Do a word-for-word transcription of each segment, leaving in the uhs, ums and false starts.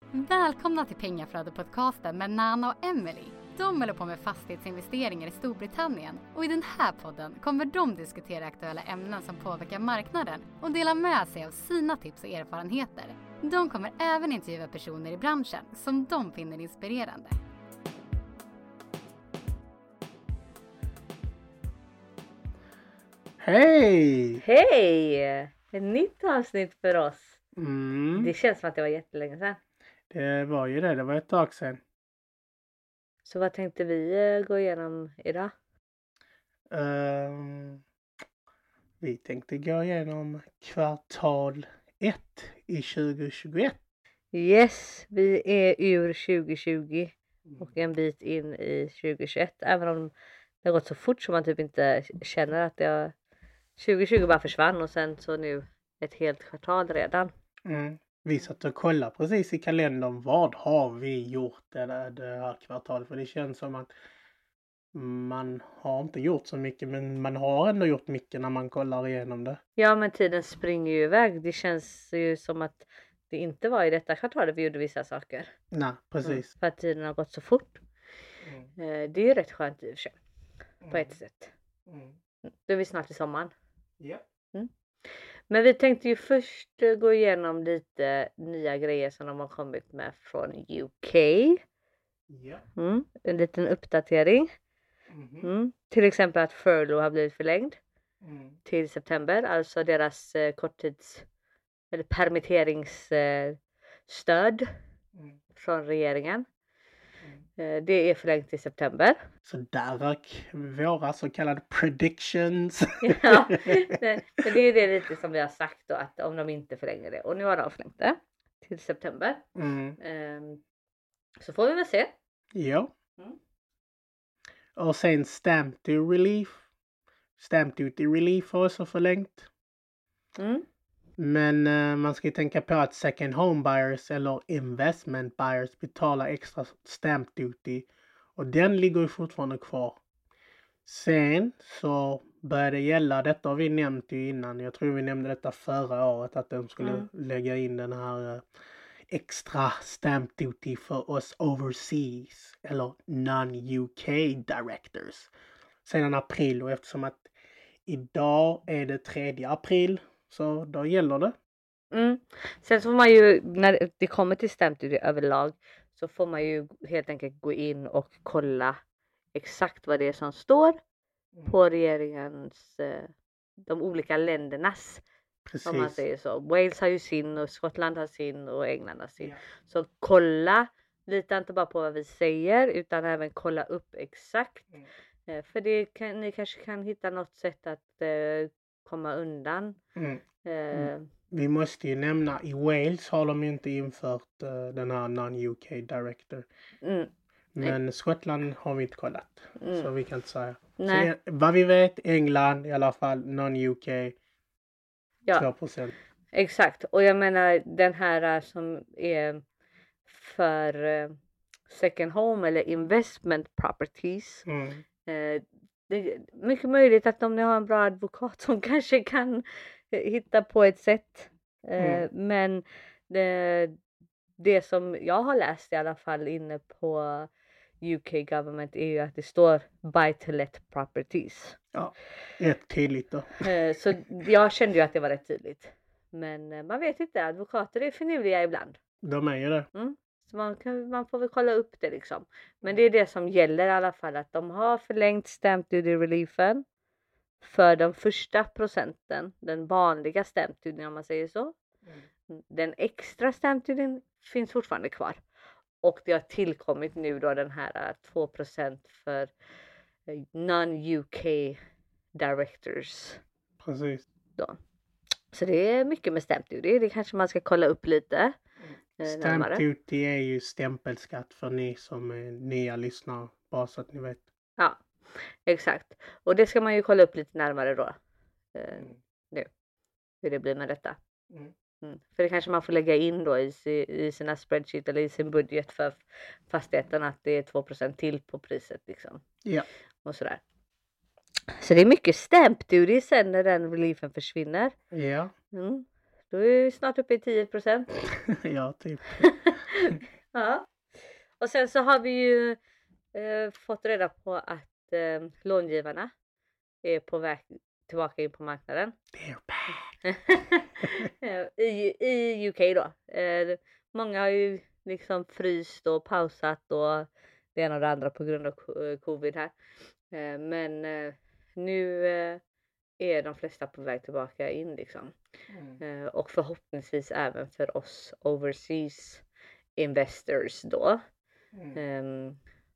Välkomna till Pengaflödet-podcasten med Nana och Emily. De håller på med fastighetsinvesteringar i Storbritannien och i den här podden kommer de diskutera aktuella ämnen som påverkar marknaden och dela med sig av sina tips och erfarenheter. De kommer även intervjua personer i branschen som de finner inspirerande. Hej! Hej! Ett nytt avsnitt för oss. Mm, Det känns som att det var jättelänge sedan. det var ju det, det var ett tag sedan. Så vad tänkte vi eh, gå igenom idag? Ehm, vi tänkte gå igenom kvartal ett i tjugo tjugoett. Yes, vi är ur tjugo tjugo och en bit in i tjugo tjugoett. Även om det har gått så fort som man typ inte känner att det har... tjugo tjugo bara försvann och sen så nu ett helt kvartal redan. Mm. Vi satt och kollade precis i kalendern, vad har vi gjort det, där, det här kvartalet? För det känns som att man har inte gjort så mycket, men man har ändå gjort mycket när man kollar igenom det. Ja, men tiden springer ju iväg. Det känns ju som att det inte var i detta kvartalet vi gjorde vissa saker. Nej, precis. Mm, för att tiden har gått så fort. Mm. Eh, det är ju rätt skönt i och för sig. På ett sätt. Mm. Då är vi snart i sommaren. Ja. Men vi tänkte ju först eh, gå igenom lite nya grejer som de har kommit med från U K. Ja. Mm, en liten uppdatering. Mhm. Mm. Till exempel att furlough har blivit förlängd Mm. till september. Alltså deras eh, korttids eller permitteringsstöd eh, stöd Mm. från regeringen. Mm. Eh, det är förlängt till september. Så där rök våra så kallade predictions. Ja, det, för det är det lite som vi har sagt då, att om de inte förlänger det. Och nu har de förlängt det till september. Mm. Ehm, så får vi väl se. Ja. Mm. Och sen stamp duty relief. Stamp duty relief har också förlängt. Mm. Men eh, man ska ju tänka på att second home buyers eller investment buyers betalar extra stamp duty. Och den ligger ju fortfarande kvar. Sen så börjar det gälla, detta har vi nämnt ju innan. Jag tror vi nämnde detta förra året, att de skulle Mm. lägga in den här eh, extra stamp duty för oss overseas eller non-U K directors sedan april, och eftersom att idag är det tredje april så då gäller det. Mm. Sen så får man ju, när det kommer till stamp duty överlag, så får man ju helt enkelt gå in och kolla exakt vad det är som står på regeringens, eh, de olika ländernas, om man Precis. säger så. Wales har ju sin och Skottland har sin och England har sin. Ja. Så kolla, lita inte bara på vad vi säger utan även kolla upp exakt. Mm. Eh, för det kan, ni kanske kan hitta något sätt att eh, komma undan. Mm. Eh, Vi måste ju nämna, i Wales har de inte infört uh, den här non-U K director. mm, Men Skottland har vi inte kollat. Mm. Så vi kan inte säga. nej, Så, vad vi vet, England i alla fall, non-U K, ja. två procent. Exakt, och jag menar den här eh, som är för eh, second home eller investment properties. Mm. Eh, det är mycket möjligt att om ni har en bra advokat som kanske kan eh, hitta på ett sätt. Eh, Mm. Men det, det som jag har läst i alla fall inne på U K government är ju att det står buy to let properties. Ja, rätt tydligt då. Eh, Så jag kände ju att det var rätt tydligt. Men eh, man vet inte, advokater är finurliga ibland. De är ju det. Mm. Så man, kan, man får väl kolla upp det liksom. Men det är det som gäller i alla fall. Att de har förlängt stamp duty reliefen för de första procenten. Den vanliga stamp duty om man säger så. Mm. Den extra stamp duty finns fortfarande kvar. Och det har tillkommit nu då den här eh, två procent för eh, non-U K directors. Precis. Då. Så det är mycket med stamp duty. Det kanske man ska kolla upp lite eh, Stamp närmare. duty är ju stämpelskatt för ni som är nya lyssnare. Bara så att ni vet. Ja, exakt. Och det ska man ju kolla upp lite närmare då. Eh, Mm. nu. Hur det blir med detta. Mm. Mm. För det kanske man får lägga in då i, si- i sina spreadsheet eller i sin budget för fastigheten att det är två procent till på priset liksom. Ja. Och sådär. Så det är mycket stamp duty sen när den reliefen försvinner. Ja. Mm. Då är vi snart uppe i tio procent. Ja, typ. Ja. Och sen så har vi ju eh, fått reda på att eh, långivarna är på väg tillbaka in på marknaden. They're back. I, I U K då. Eh, många har ju liksom fryst och pausat och det ena och det andra på grund av covid här. Eh, men eh, nu eh, är de flesta på väg tillbaka in liksom. Mm. Eh, och förhoppningsvis även för oss overseas investors då. Mm. Um,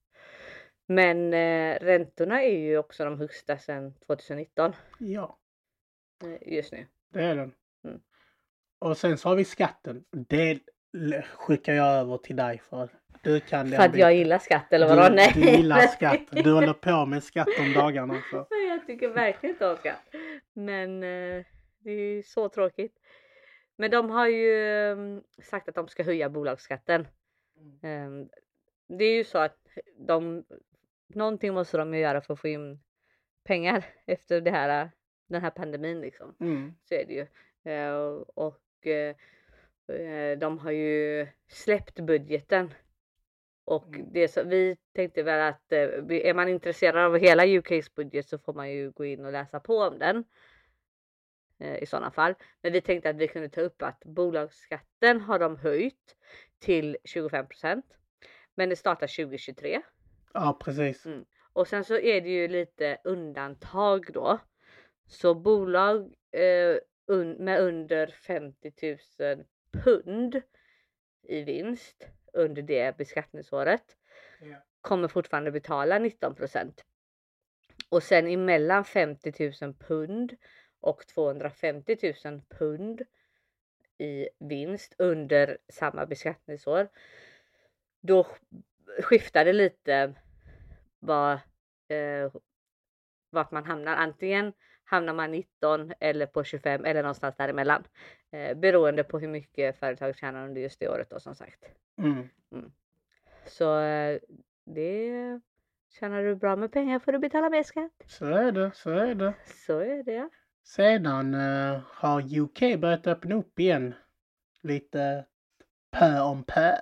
men eh, räntorna är ju också de högsta sedan tjugonitton Ja, eh, just nu. det är den. Mm. Och sen så har vi skatten. Det l- skickar jag över till dig för du kan den För att biten. jag gillar skatt eller vadå? Du, Nej. du gillar skatt. Du håller på med skatt om dagarna. Så. Nej, jag tycker verkligen inte om skatt. Men eh, det är ju så tråkigt. Men de har ju eh, sagt att de ska höja bolagsskatten. Eh, det är ju så att de, någonting måste de ju göra för att få in pengar efter det här, den här pandemin liksom. Mm. Så är det ju. Eh, och eh, de har ju släppt budgeten. Och Mm. det så, vi tänkte väl att eh, är man intresserad av hela U K's budget så får man ju gå in och läsa på om den. Eh, I sådana fall. Men vi tänkte att vi kunde ta upp att bolagsskatten har de höjt till tjugofem procent. Men det startar tjugohundratjugotre. Ja, precis. Mm. Och sen så är det ju lite undantag då. Så bolag eh, un- med under femtio tusen pund i vinst under det beskattningsåret Ja. kommer fortfarande betala nitton procent. Och sen emellan femtio tusen pund och tvåhundrafemtio tusen pund i vinst under samma beskattningsår. Då skiftar det lite vad, eh, vart man hamnar. Antingen hamnar man nitton eller på tjugofem eller någonstans däremellan. Eh, beroende på hur mycket företag tjänar under just det året då som sagt. Mm. Mm. Så eh, det tjänar du bra med pengar får du betala mer skatt. Så är det, så är det. Så är det. Sedan uh, har U K börjat öppna upp igen. Lite pö om pö.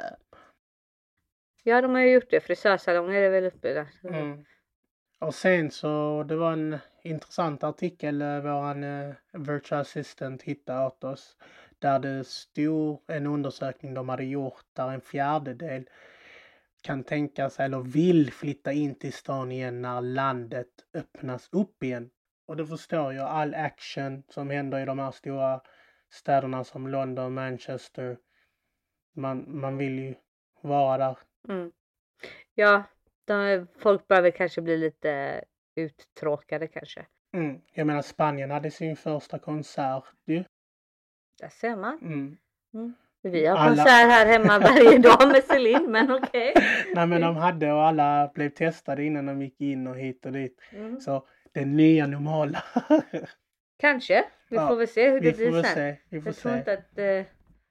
Ja, de har ju gjort det. Frisörsalonger är väl uppe där. Mm. Och sen så, det var en intressant artikel uh, våran uh, virtual assistant hittade åt oss. Där det stod en undersökning de hade gjort där en fjärdedel kan tänka sig eller vill flytta in till stan igen när landet öppnas upp igen. Och det förstår jag, all action som händer i de här stora städerna som London, Manchester. Man, man vill ju vara där. Mm. Ja, de, folk behöver kanske bli lite uttråkade kanske. Mm. Jag menar Spanien hade sin första konsert ju. Där ser man. Mm. Mm. Vi har Alla- konsert här hemma varje dag med Celine, men okej. Nej men de hade och alla blev testade innan de gick in och hit och dit. Mm. Så det nya normala. Kanske. Vi Ja, får väl se hur Vi det får blir väl sen. se. Vi får Jag tror se. inte att eh,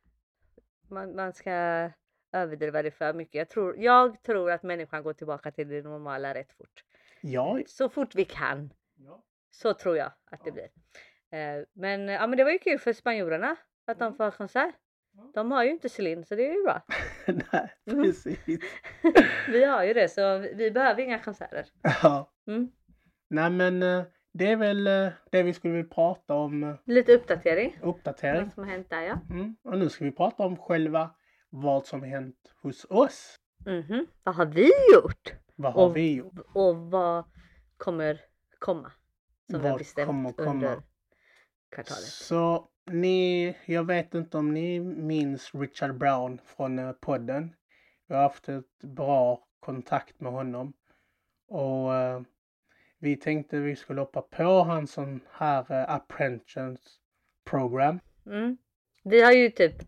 man, man ska överdriva det för mycket. Jag tror, jag tror att människan går tillbaka till det normala rätt fort. Ja. Så fort vi kan. Ja. Så tror jag att det Ja. blir. Eh, men, ja, men det var ju kul för spanjorerna att de Mm. får ha konsert. Ja. De har ju inte Celine så det är ju bra. Nej, Mm. precis. Vi har ju det så vi, vi behöver inga konserter. Ja. Mm. Nej men eh, det är väl eh, det vi skulle vilja prata om. eh, Lite uppdatering. Uppdatering. Vad som har hänt där ja. Mm. Och nu ska vi prata om själva vad som har hänt hos oss. Mhm. Vad har vi gjort? Vad har Och- vi gjort? Och vad kommer komma? Som vi har Vad bestämt kommer komma? under kvartalet. Så ni, jag vet inte om ni minns Richard Brown från eh, podden. Vi har haft ett bra kontakt med honom. Och eh, vi tänkte vi skulle hoppa på hans sån här eh, apprentice program. Mm. Vi har ju typ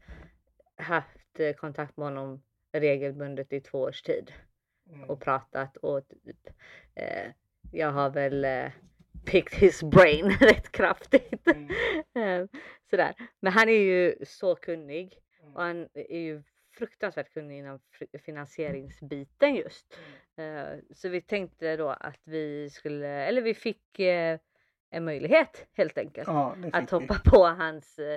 haft eh, kontakt med honom regelbundet i två års tid. Och pratat och typ eh, jag har väl eh, picked his brain rätt kraftigt. Mm. Eh, Sådär. Men han är ju så kunnig Mm. och han är ju fruktansvärt kunnig inom fr- finansieringsbiten just. Eh, Så vi tänkte då att vi skulle, eller vi fick eh, en möjlighet helt enkelt Ja, det att fick vi. hoppa på hans eh,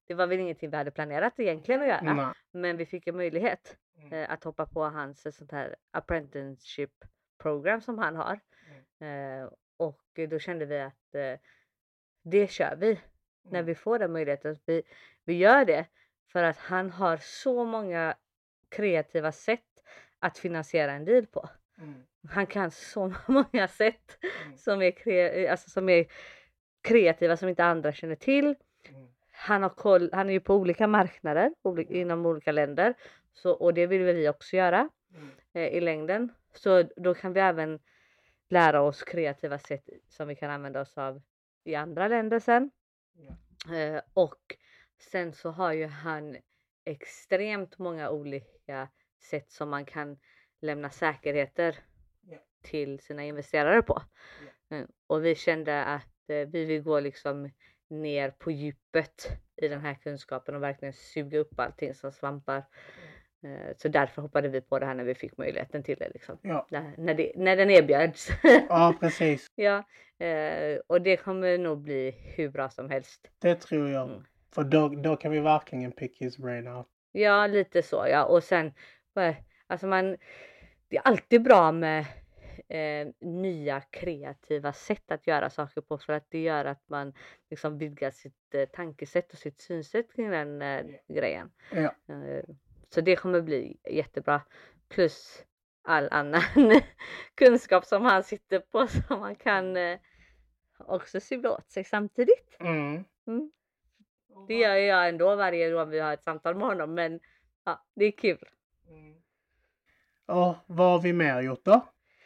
det var väl ingenting vi hade planerat egentligen att göra. Nej. Men vi fick en möjlighet Mm. eh, att hoppa på hans eh, sånt här apprenticeship program som han har. Eh, och då kände vi att eh, det kör vi när Mm. vi får den möjligheten. Vi, vi gör det för att han har så många kreativa sätt att finansiera en deal på. Mm. Han kan så många sätt Mm. som är, kre- alltså som är kreativa som inte andra känner till. Mm. Han har koll, han är ju på olika marknader oli- Mm. inom olika länder. Så, och det vill vi också göra Mm. eh, i längden. Så då kan vi även lära oss kreativa sätt som vi kan använda oss av i andra länder sen. Ja. Eh, och sen så har ju han extremt många olika sätt som man kan lämna säkerheter Ja. till sina investerare på. Eh, och vi kände att eh, vi vill gå liksom ner på djupet i den här kunskapen och verkligen suga upp allting som svampar. Eh, så därför hoppade vi på det här när vi fick möjligheten till det liksom. Ja. När, när, det, när den erbjöds. Ja, precis. Ja, eh, och det kommer nog bli hur bra som helst. Det tror jag. Mm. För då, då kan vi verkligen pick his brain out. Ja, lite så ja. Och sen, eh, alltså man, det är alltid bra med eh, nya kreativa sätt att göra saker på. För att det gör att man liksom vidgar sitt eh, tankesätt och sitt synsätt kring den eh, grejen. Ja. Eh, så det kommer bli jättebra. Plus all annan kunskap som han sitter på som man kan eh, också suga åt sig samtidigt. Mm. Mm. Det gör jag ändå varje gång vi har ett samtal med honom. Men ja, det är kul. Mm. Och vad har vi mer gjort då?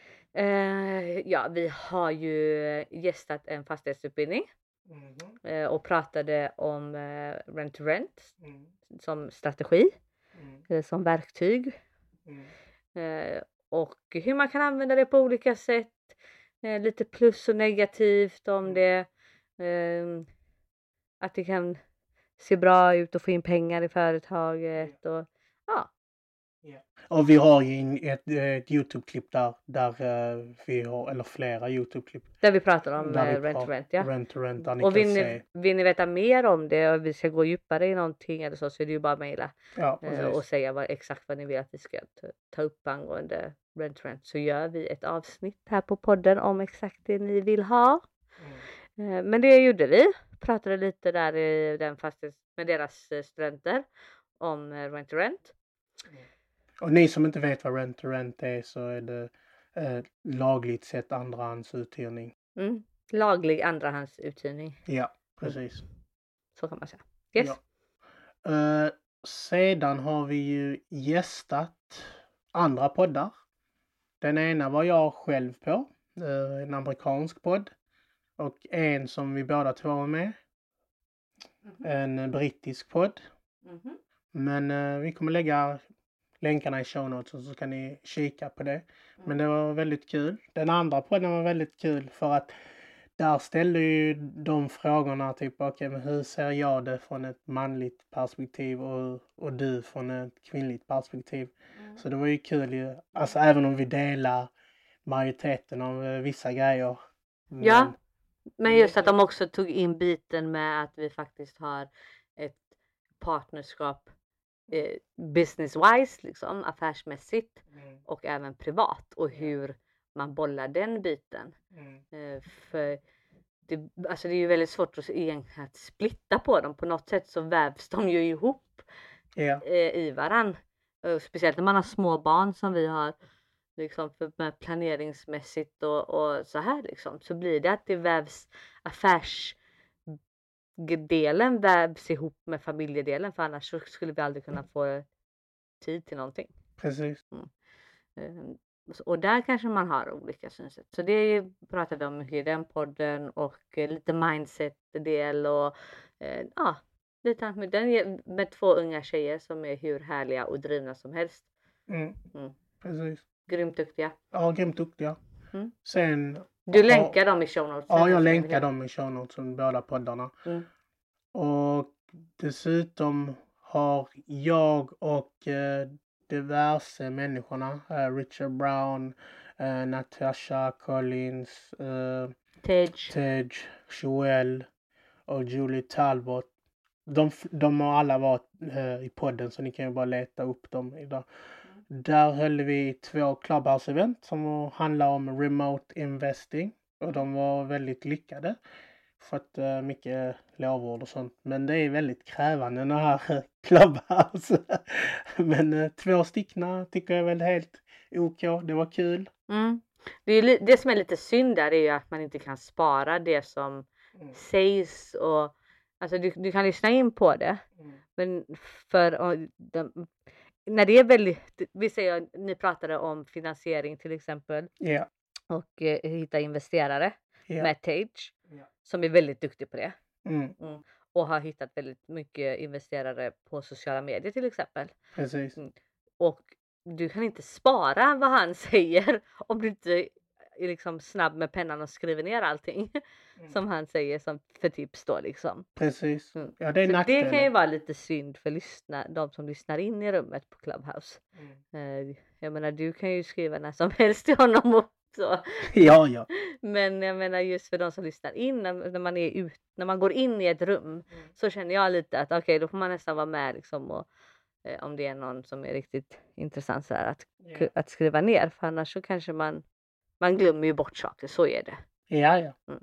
Eh, ja, vi har ju gästat en fastighetsutbildning. Mm. Eh, och pratade om eh, rent to rent Mm. som strategi. Mm. Eh, som verktyg. Mm. Eh, och hur man kan använda det på olika sätt. Eh, lite plus och negativt om det. Eh, att det kan se bra ut och få in pengar i företaget. Och, ja. Och vi har ju en- ett, ett YouTube-klipp där, där eh, vi har, eller flera YouTube-klipp. Där vi pratar om Där vi eh, rent to pratar- rent. Ja. Rent to rent, där ni Och kan vill se. ni, vill ni veta mer om det och vi ska gå djupare i någonting eller så, så är det ju bara att mejla Ja, eh, precis. och säga vad, exakt vad ni vill att vi ska ta, ta upp angående rent to rent. Så gör vi ett avsnitt här på podden om exakt det ni vill ha. Mm. Eh, Men det gjorde vi. Pratade lite där i den fastighets med deras eh, studenter om eh, rent to rent. Och ni som inte vet vad rent to rent är, så är det eh, lagligt sett andrahandsuthyrning. Mm. Laglig andrahandsuthyrning. Ja, precis. Så kan man säga. Yes. Ja. Eh, sedan har vi ju gästat andra poddar. Den ena var jag själv på, eh, en amerikansk podd. Och en som vi båda två var med, Mhm. en brittisk podd. Mhm. Men eh, vi kommer lägga länkarna i show notes så kan ni kika på det. Men det var väldigt kul. Den andra podden var väldigt kul för att där ställde ju de frågorna typ okej, men hur ser jag det från ett manligt perspektiv och, och du från ett kvinnligt perspektiv. Mm. Så det var ju kul ju. Alltså även om vi delar majoriteten av eh, vissa grejer. Men, Ja. Men just att de också tog in biten med att vi faktiskt har ett partnerskap eh, business-wise, liksom affärsmässigt Mm, och även privat och Ja. hur man bollar den biten. mm, Eh, för det, alltså det är ju väldigt svårt att, egentligen att splitta på dem. På något sätt så vävs de ju ihop ja. eh, i varann. Eh, speciellt när man har små barn som vi har. Liksom för med planeringsmässigt och, och så här liksom. Så blir det att det vävs affärsdelen vävs ihop med familjedelen. För annars så skulle vi aldrig kunna få tid till någonting. Precis. Eh, Och där kanske man har olika synsätt. Så det pratar vi om mycket i den podden. Och eh, lite mindset-del och eh, ja, lite annat med den ge- med två unga tjejer som är hur härliga och drivna som helst. Mm, Mm. precis. Grymt duktiga. Ja, grymt duktiga. Mm. Sen, Du Ja. länkar dem i show notes. ja, jag länkar dem i show notes, båda poddarna. Mm. Och dessutom har jag och eh, diverse människorna, eh, Richard Brown, eh, Natasha Collins, eh, Tej. Tej, Joel och Julie Talbot de, de har alla varit uh, i podden så ni kan ju bara leta upp dem idag. Mm. Där höll vi två Clubhouse-event som handlar om remote investing. Och de var väldigt lyckade. Fått uh, mycket lovord och sånt. Men det är väldigt krävande den här Clubhouse. Men uh, två stickna tycker jag är väl helt OK. Det var kul. Mm. Det, är li- det som är lite synd där är ju att man inte kan spara det som mm. sägs. Och, alltså du, du kan lyssna in på det. Mm. Men för och, de, när det är väldigt, vi säger ni pratade om finansiering till exempel. Yeah. Och eh, hitta investerare. Yeah. Med Tage. Yeah. Som är väldigt duktig på det. Mm. Mm. Och har hittat väldigt mycket investerare på sociala medier till exempel. Precis. Mm. Och du kan inte spara vad han säger om du inte är liksom snabb med pennan och skriver ner allting mm. som han säger som för tips då liksom. Precis. Mm. Ja, det är så det kan ju vara lite synd för lyssna, de som lyssnar in i rummet på Clubhouse. Mm. Uh, jag menar du kan ju skriva när som helst till honom och så. Ja, ja. Men jag menar just för de som lyssnar in när, när man är ut, när man går in i ett rum mm. så känner jag lite att okej okay, då får man nästan vara med liksom och eh, om det är någon som är riktigt intressant så här, att, yeah. att skriva ner för annars så kanske man man glömmer ju bort saker, så är det. Ja, ja. Mm.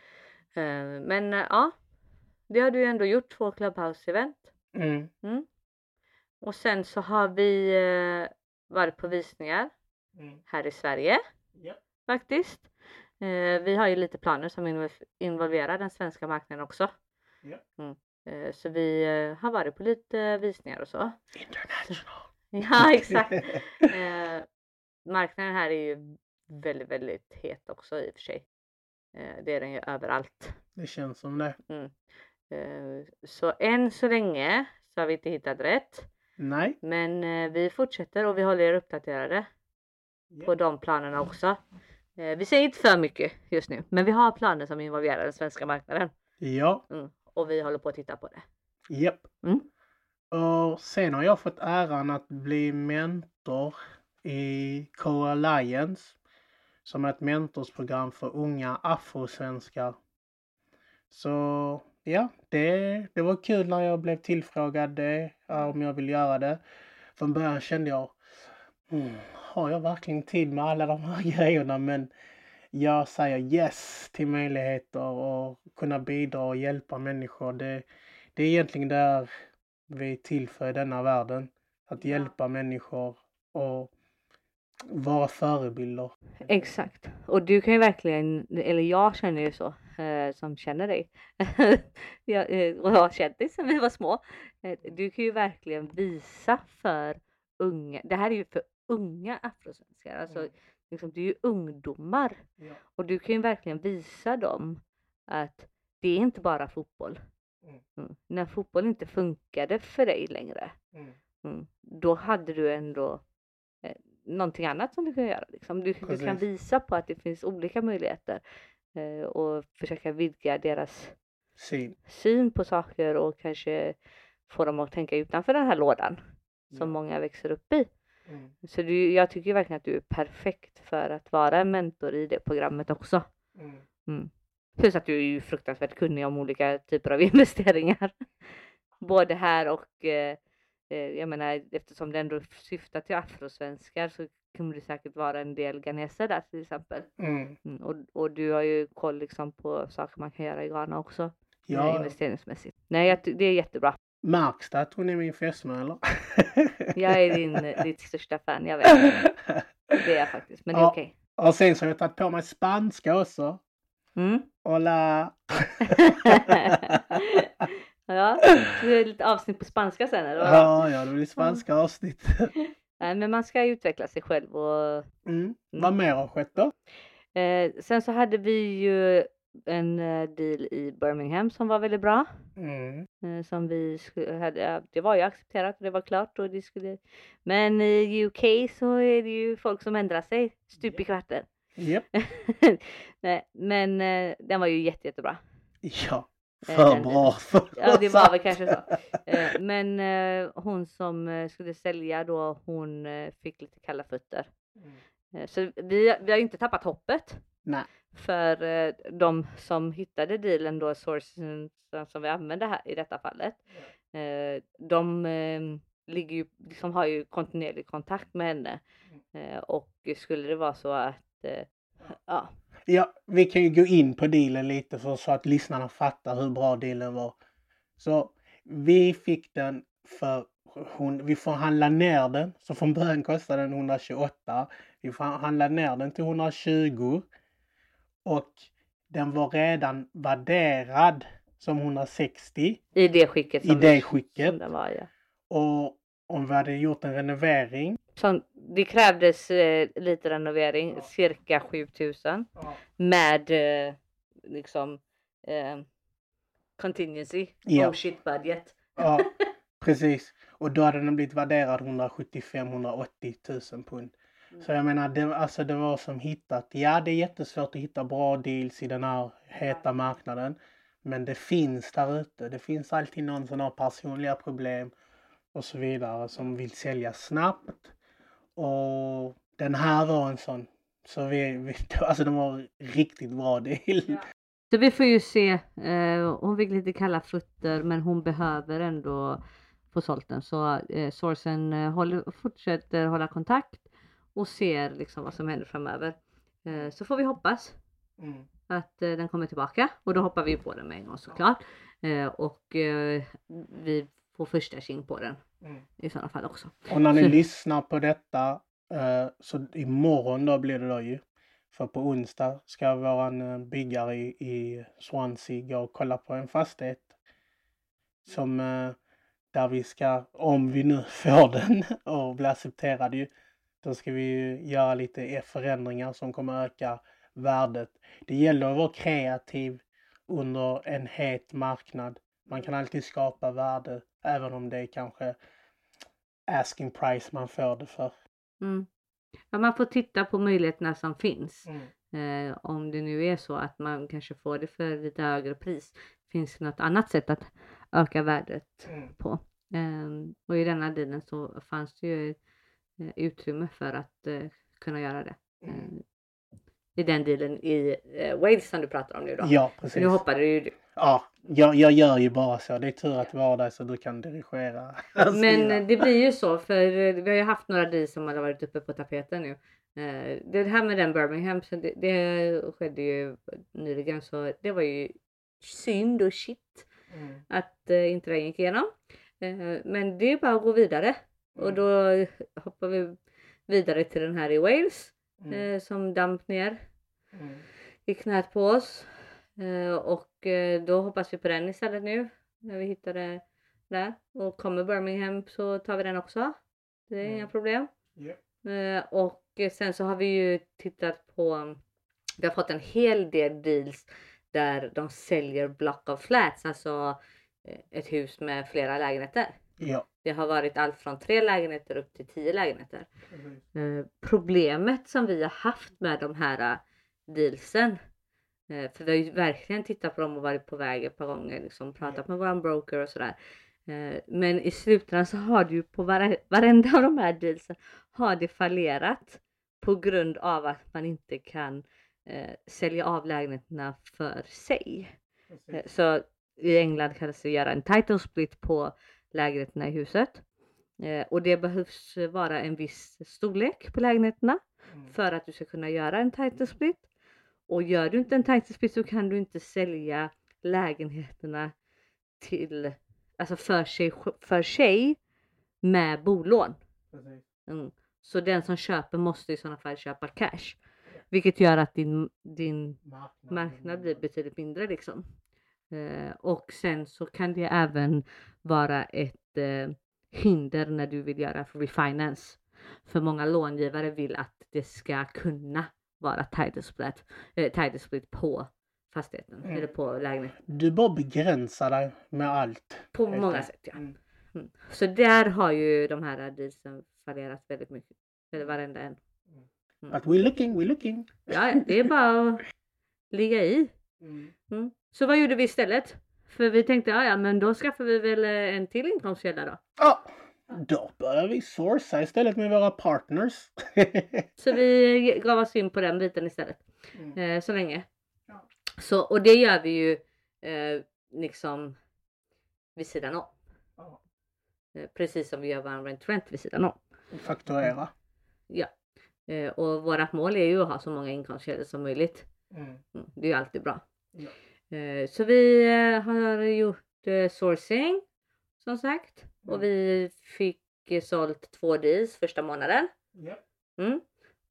Uh, men uh, ja, det har du ju ändå gjort, två Clubhouse-event. Mm. Mm. Och sen så har vi uh, varit på visningar mm. här i Sverige. Yeah. Faktiskt. Uh, vi har ju lite planer som inv- involverar den svenska marknaden också. Yeah. Mm. Uh, så vi uh, har varit på lite visningar och så. International. Ja, exakt. uh, marknaden här är ju väldigt, väldigt het också i och för sig. Uh, det är den ju överallt. Det känns som det. Mm. Uh, så än så länge så har vi inte hittat rätt. Nej. Men uh, vi fortsätter och vi håller er uppdaterade. Yeah. På de planerna också. Uh, vi säger inte för mycket just nu. Men vi har planer som involverar den svenska marknaden. Ja. Mm. Och vi håller på att titta på det. Japp. Mm. Och sen har jag fått äran att bli mentor i Co-Alliance. Som är ett mentorsprogram för unga afrosvenskar. Så ja, det, det var kul när jag blev tillfrågad det, om jag vill göra det. Från början kände jag, mm, har jag verkligen tid med alla de här grejerna? Men jag säger yes till möjligheter och kunna bidra och hjälpa människor. Det, det är egentligen där vi är till för i denna världen. Att hjälpa människor och vara förebilder. Exakt. Och du kan ju verkligen, eller jag känner ju så, eh, som känner dig. jag, eh, och jag har känt dig sedan vi var små. Eh, du kan ju verkligen visa för unga, det här är ju för unga afrosvenskar. Alltså, mm. liksom, det är ju ungdomar. Ja. Och du kan ju verkligen visa dem att det är inte bara fotboll. Mm. Mm. När fotboll inte funkade för dig längre. Mm. Mm, då hade du ändå eh, någonting annat som du kan göra. Liksom. Du, du kan visa på att det finns olika möjligheter eh, och försöka vidga deras syn. syn på saker och kanske få dem att tänka utanför den här lådan Ja. som många växer upp i. Mm. Så du, jag tycker verkligen att du är perfekt för att vara en mentor i det programmet också. Mm. Mm. Plus att du är ju fruktansvärt kunnig om olika typer av investeringar. Både här och eh, jag menar, eftersom det ändå syftar till afrosvenskar så kommer det säkert vara en del ghaneser där till exempel. Mm. Mm, och, och du har ju koll liksom på saker man kan göra i Ghana också. Ja. Investeringsmässigt. Nej, jag, det är jättebra. Märks det att hon är min fästmö eller? Jag är din, ditt största fan, jag vet. Det är jag faktiskt, men det är ja. okej. Och sen så har jag tagit på mig spanska också. Mm. Hola! Ja, det är lite avsnitt på spanska sen eller? Ja, ja, det blir spanska avsnitt. Nej, men man ska utveckla sig själv och... Mm. Mm. Vad mer har skett då? Eh, sen så hade vi ju en uh, deal i Birmingham som var väldigt bra. Mm. Eh, som vi skulle, hade, det var ju accepterat och det var klart och det skulle... Men i U K så är det ju folk som ändrar sig stup i kvarten. Yep. Nej, men uh, den var ju jätte, jättebra. Ja. För bra för Ja, det var väl kanske så. Eh, men eh, hon som eh, skulle sälja då, hon eh, fick lite kalla fötter. Mm. Eh, så vi, vi har inte tappat hoppet. Nej. För eh, de som hittade dealen då, sourcen som vi använder här i detta fallet. Eh, de eh, ligger ju, liksom har ju kontinuerlig kontakt med henne. Eh, och skulle det vara så att, eh, ja. Ja, vi kan ju gå in på dealen lite för så att lyssnarna fattar hur bra dealen var. Så vi fick den för, hon, vi förhandlade ner den. Så från början kostade den hundratjugoåtta. Vi förhandlade ner den till hundratjugo. Och den var redan värderad som hundrasextio. I det skicket som, I det skicket. som den var, ja. Och om vi hade gjort en renovering. Som, det krävdes eh, lite renovering, ja. Cirka sjutusen. Ja. Med eh, liksom eh, contingency, ja. Oh shit budget. Ja, precis. Och då hade den blivit värderad hundrasjuttiofem till hundraåttio tusen pund. Mm. Så jag menar, det, alltså det var som hittat. Ja, det är jättesvårt att hitta bra deals i den här heta marknaden. Men det finns där ute. Det finns alltid någon som har personliga problem och så vidare som vill sälja snabbt. Och den här var en sån. Så vi, vi alltså det var riktigt bra deal. Ja. Så vi får ju se. Eh, hon fick lite kalla fötter, men hon behöver ändå få sålt den. Så eh, sourcen eh, håller, fortsätter hålla kontakt och ser liksom vad som händer framöver. Eh, så får vi hoppas mm. att eh, den kommer tillbaka. Och då hoppar vi på den med en gång såklart. Eh, och eh, vi får första king på den. Mm. I sådana fall också. Och när ni så lyssnar på detta eh, så imorgon då blir det då ju. För på onsdag ska våran byggare i, i Swansea gå och kolla på en fastighet. Som eh, där vi ska, om vi nu får den och blir accepterade ju. Då ska vi ju göra lite förändringar som kommer öka värdet. Det gäller att vara kreativ under en het marknad. Man kan alltid skapa värde även om det är kanske asking price man får det för. Mm. Ja, man får titta på möjligheterna som finns. Mm. Eh, om det nu är så att man kanske får det för lite högre pris. Finns det något annat sätt att öka värdet mm. på. Eh, och i denna dealen så fanns det ju eh, utrymme för att eh, kunna göra det. Mm. Eh, I den dealen i eh, Wales som du pratar om nu då. Ja, precis. Nu hoppade ju du. Ja, jag, jag gör ju bara så. Det är tur att vara där så du kan dirigera. Men det blir ju så, för vi har ju haft några deals som har varit uppe på tapeten nu. Det här med den Birmingham, så det, det skedde ju nyligen, så det var ju synd och shit mm. att inte det gick igenom. Men det är bara att gå vidare. Mm. Och då hoppar vi vidare till den här i Wales mm. som damp ner mm. i knät på oss. Uh, och uh, då hoppas vi på den istället nu. När vi hittar det där. Och kommer Birmingham så tar vi den också. Det är mm. inga problem. Yeah. Uh, och sen så har vi ju tittat på. Vi har fått en hel del deals. Där de säljer block of flats. Alltså ett hus med flera lägenheter. Yeah. Det har varit allt från tre lägenheter upp till tio lägenheter. Mm. Problemet som vi har haft med de här dealsen. För vi har ju verkligen tittat på dem och varit på väg ett par gånger. Liksom pratat med våran broker och sådär. Men i slutändan så har det ju på vare, varenda av de här dealsen har det fallerat. På grund av att man inte kan eh, sälja av lägenheterna för sig. Precis. Så i England kallas det göra en title split på lägenheterna i huset. Eh, och det behövs vara en viss storlek på lägenheterna. Mm. För att du ska kunna göra en title split. Och gör du inte en title split så kan du inte sälja lägenheterna till, alltså för sig, för sig med bolån. Mm. Så den som köper måste i sådana fall köpa cash. Vilket gör att din, din marknad. marknad blir betydligt mindre liksom. Eh, och sen så kan det även vara ett eh, hinder när du vill göra refinance. För många långivare vill att det ska kunna vara title split, eh, title split på fastigheten mm. eller på lägenheten. Du bara begränsar dig med allt. På många sätt, ja. Mm. Mm. Så där har ju de här dealsen fallerat väldigt mycket. Eller varenda en. Mm. But we're looking, we're looking. Ja, det är bara att ligga i. Mm. Mm. Så vad gjorde vi istället? För vi tänkte, ja, ja men då skaffar vi väl en till inkomstkälla då. Ja, Då börjar vi sourca istället med våra partners. Så vi gav oss in på den biten istället. Mm. Eh, så länge. Ja. Så, och det gör vi ju eh, liksom vid sidan om. Ja. Eh, precis som vi gör vår rent rent vid sidan om. Fakturera. Ja. Eh, och vårat mål är ju att ha så många inkomstkällor som möjligt. Mm. Mm, det är ju alltid bra. Ja. Eh, så vi eh, har gjort eh, sourcing som sagt. Mm. Och vi fick eh, sålt två deals första månaden. Ja. Mm.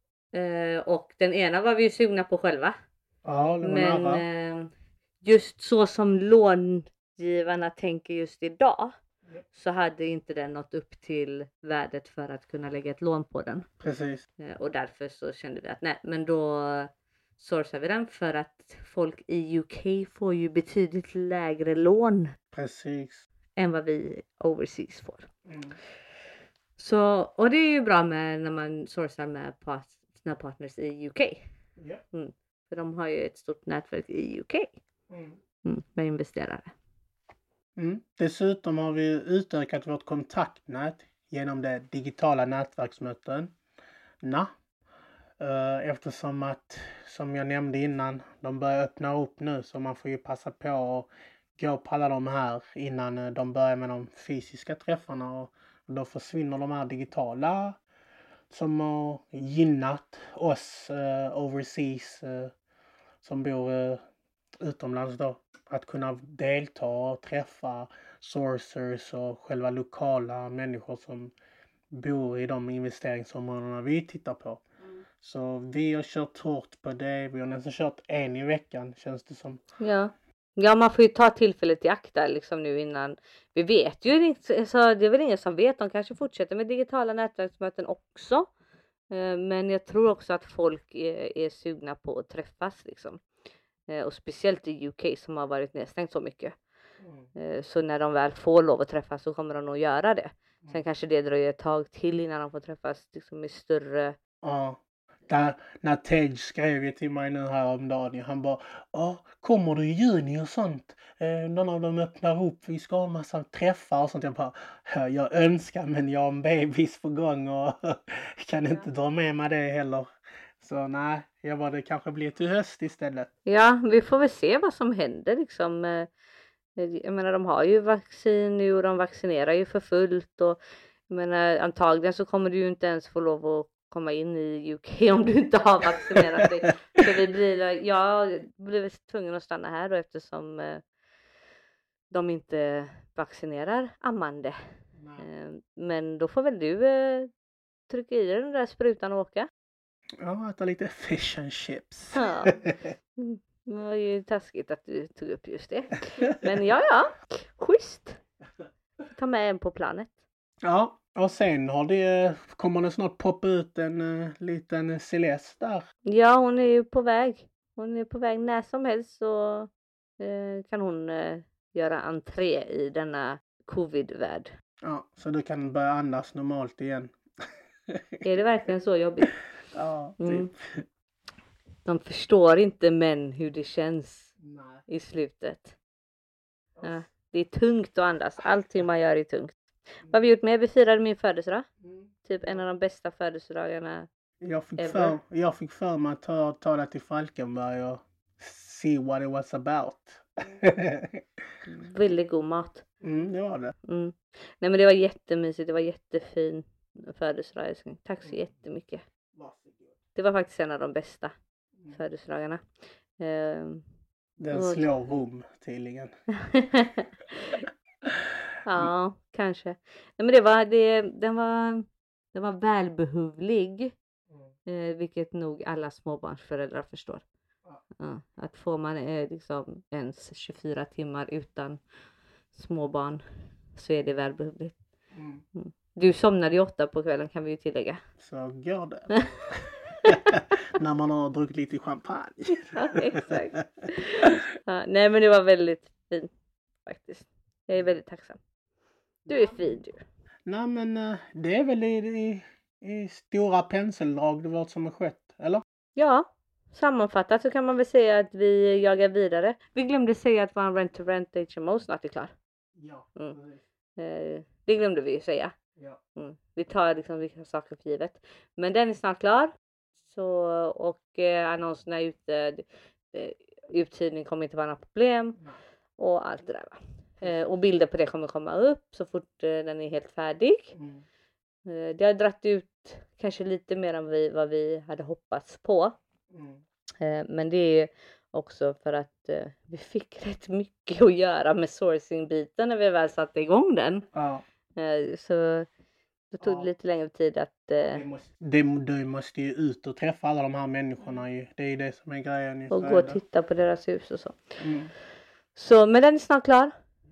Eh, och den ena var vi ju sugna på själva. Ja, det var Men nära. eh, just så som långivarna tänker just idag. Ja. Så hade inte den nått upp till värdet för att kunna lägga ett lån på den. Precis. Eh, och därför så kände vi att nej, men då sourcar vi den för att folk i U K får ju betydligt lägre lån Precis. än vad vi overseas får. Mm. Så, och det är ju bra med när man sourcar med part, sina partners i U K. Ja. Mm. För de har ju ett stort nätverk i U K Mm. mm, med investerare. Mm. Dessutom har vi utökat vårt kontaktnät genom det digitala nätverksmöten. Na. Uh, eftersom att, som jag nämnde innan, de börjar öppna upp nu, så man får ju passa på att gå på alla de här innan uh, de börjar med de fysiska träffarna, och då försvinner de här digitala som har gynnat oss uh, overseas uh, som bor uh, utomlands då, att kunna delta och träffa sourcers och själva lokala människor som bor i de investeringsområdena vi tittar på. Mm. Så vi har kört hårt på det. Vi har nästan kört en i veckan, känns det som. Ja. Ja, man får ju ta tillfället i akt där liksom nu innan. Vi vet ju inte, så det är väl ingen som vet. De kanske fortsätter med digitala nätverksmöten också. Eh, Men jag tror också att folk är, är sugna på att träffas liksom. Eh, Och speciellt i U K som har varit nedstängt så mycket. Mm. Eh, Så när de väl får lov att träffas så kommer de nog göra det. Sen kanske det dröjer ett tag till innan de får träffas liksom i större. Ja. Där, när Tej skrev ju till mig nu här om dagen, han bara, ja, kommer du i juni och sånt? Eh, någon av dem öppnar upp, vi ska ha en massa träffar och sånt. Jag bara, "Ja, jag önskar, men jag har en bebis på gång och kan inte dra med mig det heller. Så nej, jag bara, det kanske blir till höst istället. Ja, vi får väl se vad som händer liksom. Eh, Jag menar, de har ju vaccin nu och de vaccinerar ju för fullt. Och jag menar, antagligen så kommer du ju inte ens få lov att komma in i U K om du inte har vaccinerat dig. Så vi blir, jag blir tvungen att stanna här då, eftersom eh, de inte vaccinerar ammande. Eh, Men då får väl du eh, trycka i dig den där sprutan och åka. Ja, äta lite fish and chips. Ja. Mm, Det var ju taskigt att du tog upp just det. Men ja, ja. Schysst. Ta med en på planet. Ja, och sen har det, kommer det snart poppa ut en uh, liten Celeste där. Ja, hon är ju på väg. Hon är på väg när som helst, så eh, kan hon eh, göra entré i denna covid-värld. Ja, så du kan börja andas normalt igen. Är det verkligen så jobbigt? Ja, typ. Mm. De förstår inte män hur det känns Nej. i slutet. Ja, det är tungt att andas. Allting man gör är tungt. Vad har vi gjort med? Vi firade min födelsedag. Mm. Typ en av de bästa födelsedagarna. Jag fick, Ever. för, jag fick för mig att ta, ta det till Falkenberg och see what it was about. Väldigt god mat. Mm, det var det. Mm. Nej, men det var jättemysigt. Det var jättefin födelsedag. älskling. Tack så jättemycket. Varsågod. Det var faktiskt en av de bästa Mm. födelsedagarna. Ehm. Den Oj. slår rum tydligen. Ja, kanske. Nej, men det var, det, den var, den var välbehövlig. Eh, vilket nog alla småbarnsföräldrar förstår. Ja. Ja, att får man eh, liksom ens tjugofyra timmar utan småbarn så är det välbehövligt. Mm. Du somnade ju åtta på kvällen, kan vi ju tillägga. Så går det. När man har druckit lite champagne. Ja, exakt. Ja, nej, men det var väldigt fint faktiskt. Jag är väldigt tacksam. Du är fin du. Nej, men eh, det är väl i, i, i stora penseldrag det vad som har skett, eller? Ja, sammanfattat så kan man väl säga att vi jagar vidare. Vi glömde säga att vår rent to rent H M O snart är klar. Ja, Mm. precis. Eh, det glömde vi ju säga. Ja. Mm. Vi tar liksom vilka saker för givet. Men den är snart klar. Så, och eh, annonserna är ute. Eh, uthyrning kommer inte vara några problem. Nej. Och allt det där va. Eh, och bilder på det kommer komma upp så fort eh, den är helt färdig. Mm. Eh, det har dratt ut kanske lite mer än vi, vad vi hade hoppats på. Mm. Eh, men det är också för att eh, vi fick rätt mycket att göra med sourcing-biten när vi väl satte igång den. Ja. Eh, så det tog Ja. lite längre tid att... Eh, Det måste, det, du måste ju ut och träffa alla de här människorna ju. Det är ju det som är grejen. Ju. och Så gå är och det. titta på deras hus och så. Mm. Så men den är snart klar.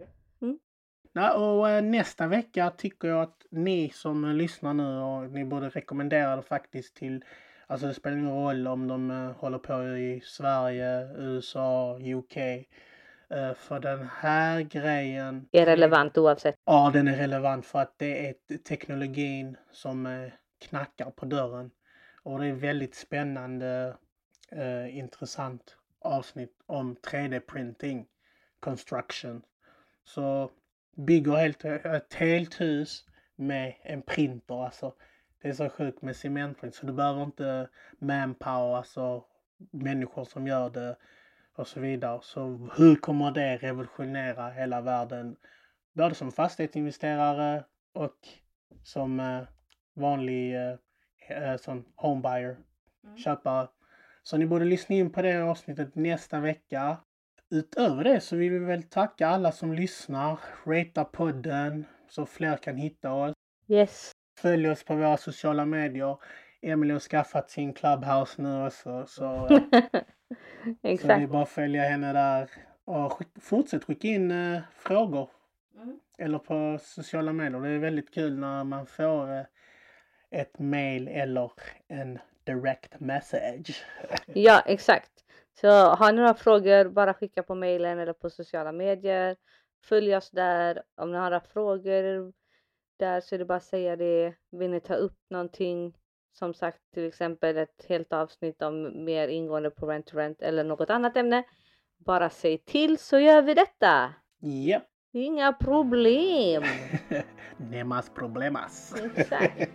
Ja, och äh, nästa vecka tycker jag att ni som äh, lyssnar nu och ni borde rekommendera det faktiskt till, alltså det spelar ingen roll om de äh, håller på i Sverige, U S A, U K. Äh, för den här grejen Är relevant oavsett. Ja, den är relevant för att det är t- teknologin som äh, knackar på dörren. Och det är väldigt spännande, äh, intressant avsnitt om tre D-printing, construction. Så bygger helt, ett helt hus med en printer. Alltså, det är så sjukt med cementprint. Så du behöver inte manpower, alltså människor som gör det och så vidare. Så hur kommer det revolutionera hela världen? Både som fastighetsinvesterare och som eh, vanlig eh, som homebuyer, Mm. köpare. Så ni borde lyssna in på det avsnittet nästa vecka. Utöver det så vill vi väl tacka alla som lyssnar. Rata podden så fler kan hitta oss. Yes. Följ oss på våra sociala medier. Emily har skaffat sin Clubhouse nu också. Så, eh, så det är Exakt. bara att följa henne där. Och skick, fortsätt skicka in eh, frågor. Mm. Eller på sociala medier. Det är väldigt kul när man får eh, ett mail eller en direct message. Ja, exakt. Så har ni några frågor, bara skicka på mailen eller på sociala medier. Följ oss där. Om ni har några frågor där så är det bara att säga det. Vill ni ta upp någonting? Som sagt, till exempel ett helt avsnitt om mer ingående på rent to rent eller något annat ämne. Bara säg till så gör vi detta. Japp. Inga problem. Nemas problemas. Exakt.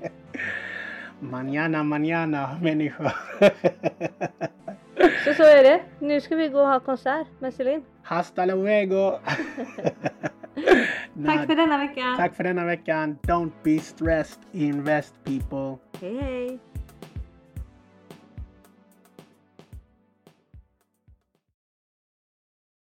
Mañana, mañana, människor. Så så är det. Nu ska vi gå och ha konsert med Celine. Hasta luego. Tack för denna veckan. Tack för denna veckan. Don't be stressed. Invest people. Hej hej.